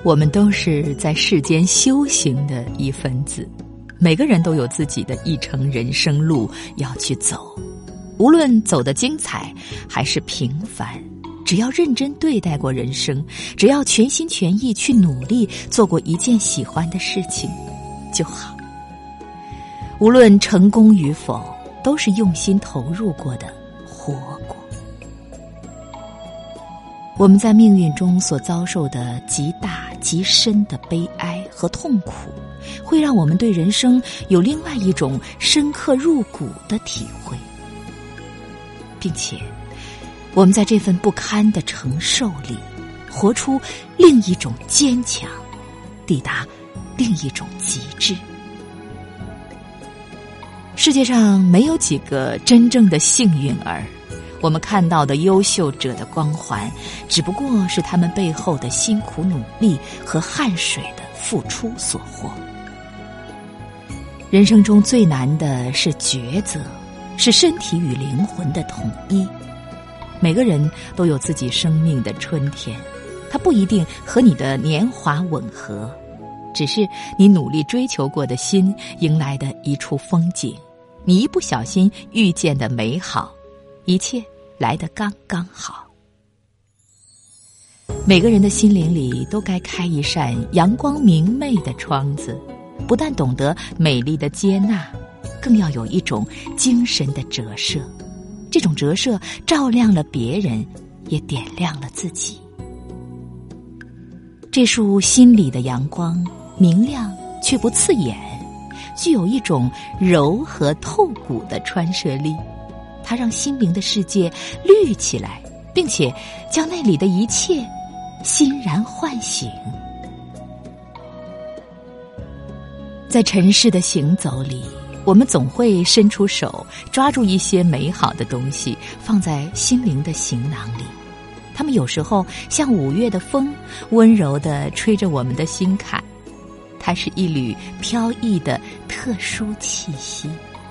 我们都是在世间修行的一分子，每个人都有自己的一程人生路要去走，无论走得精彩还是平凡，只要认真对待过人生，只要全心全意去努力做过一件喜欢的事情就好。无论成功与否，都是用心投入过的，活过。我们在命运中所遭受的极大极深的悲哀和痛苦，会让我们对人生有另外一种深刻入骨的体会，并且我们在这份不堪的承受里，活出另一种坚强，抵达另一种极致。世界上没有几个真正的幸运儿，我们看到的优秀者的光环，只不过是他们背后的辛苦努力和汗水的付出所获。人生中最难的是抉择，是身体与灵魂的统一。每个人都有自己生命的春天，它不一定和你的年华吻合，只是你努力追求过的心迎来的一处风景，你一不小心遇见的美好，一切来得刚刚好。每个人的心灵里都该开一扇阳光明媚的窗子，不但懂得美丽的接纳，更要有一种精神的折射。这种折射照亮了别人，也点亮了自己。这束心里的阳光明亮却不刺眼，具有一种柔和透骨的穿射力，它让心灵的世界绿起来，并且将那里的一切欣然唤醒。在尘世的行走里，我们总会伸出手，抓住一些美好的东西，放在心灵的行囊里。它们有时候像5月的风，温柔地吹着我们的心坎，它是一缕飘逸的特殊气息。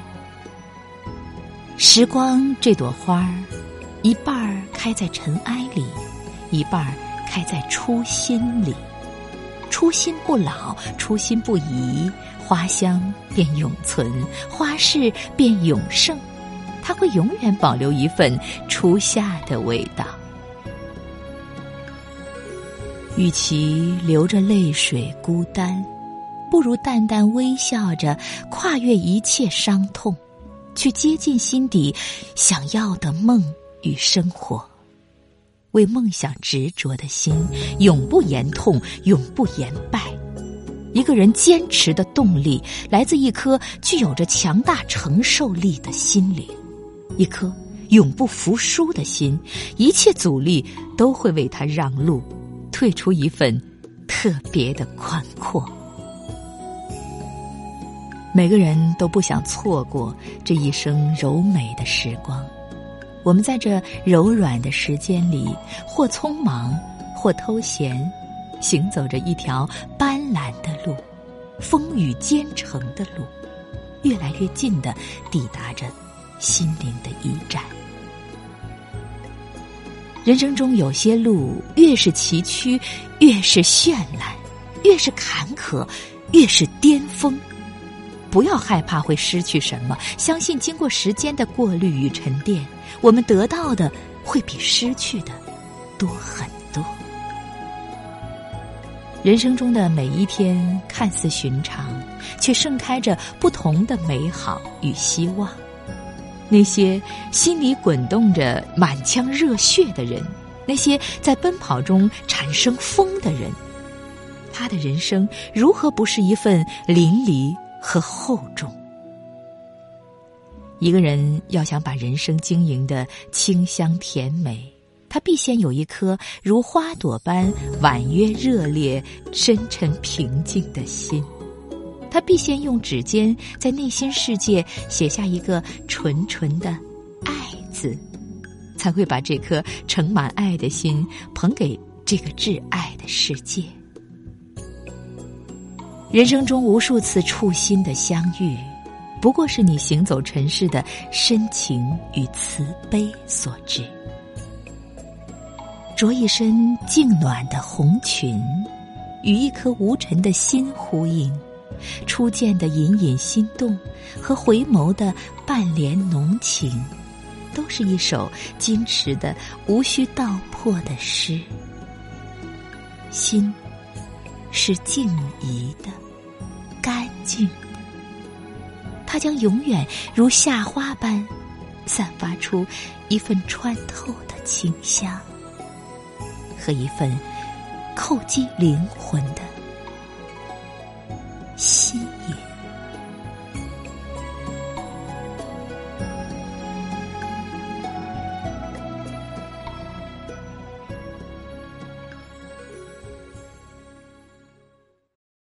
时光这朵花儿，一半儿开在尘埃里，一半儿开在初心里。初心不老，初心不移，花香便永存，花事便永盛，它会永远保留一份初夏的味道。与其流着泪水孤单，不如淡淡微笑着跨越一切伤痛，去接近心底想要的梦与生活。为梦想执着的心，永不言痛，永不言败。一个人坚持的动力，来自一颗具有着强大承受力的心灵，一颗永不服输的心，一切阻力都会为他让路，退出一份特别的宽阔。每个人都不想错过这一生柔美的时光，我们在这柔软的时间里，或匆忙，或偷闲，行走着一条斑斓的路，风雨兼程的路，越来越近地抵达着心灵的驿站。人生中有些路越是崎岖，越是绚烂，越是坎坷，越是巅峰。不要害怕会失去什么，相信经过时间的过滤与沉淀，我们得到的会比失去的多很多。人生中的每一天看似寻常，却盛开着不同的美好与希望。那些心里滚动着满腔热血的人，那些在奔跑中产生风的人，他的人生如何不是一份淋漓和厚重？一个人要想把人生经营得清香甜美，他必先有一颗如花朵般婉约热烈、深沉平静的心。他必先用指尖在内心世界写下一个纯纯的爱字，才会把这颗盛满爱的心捧给这个挚爱的世界。人生中无数次触心的相遇，不过是你行走尘世的深情与慈悲所致。着一身静暖的红裙， 与一颗无尘的心呼应，初见的隐隐心动和回眸的半帘浓情，都是一首矜持的无需道破的诗。心是静怡的，干净的，它将永远如夏花般散发出一份穿透的清香和一份叩击灵魂的心。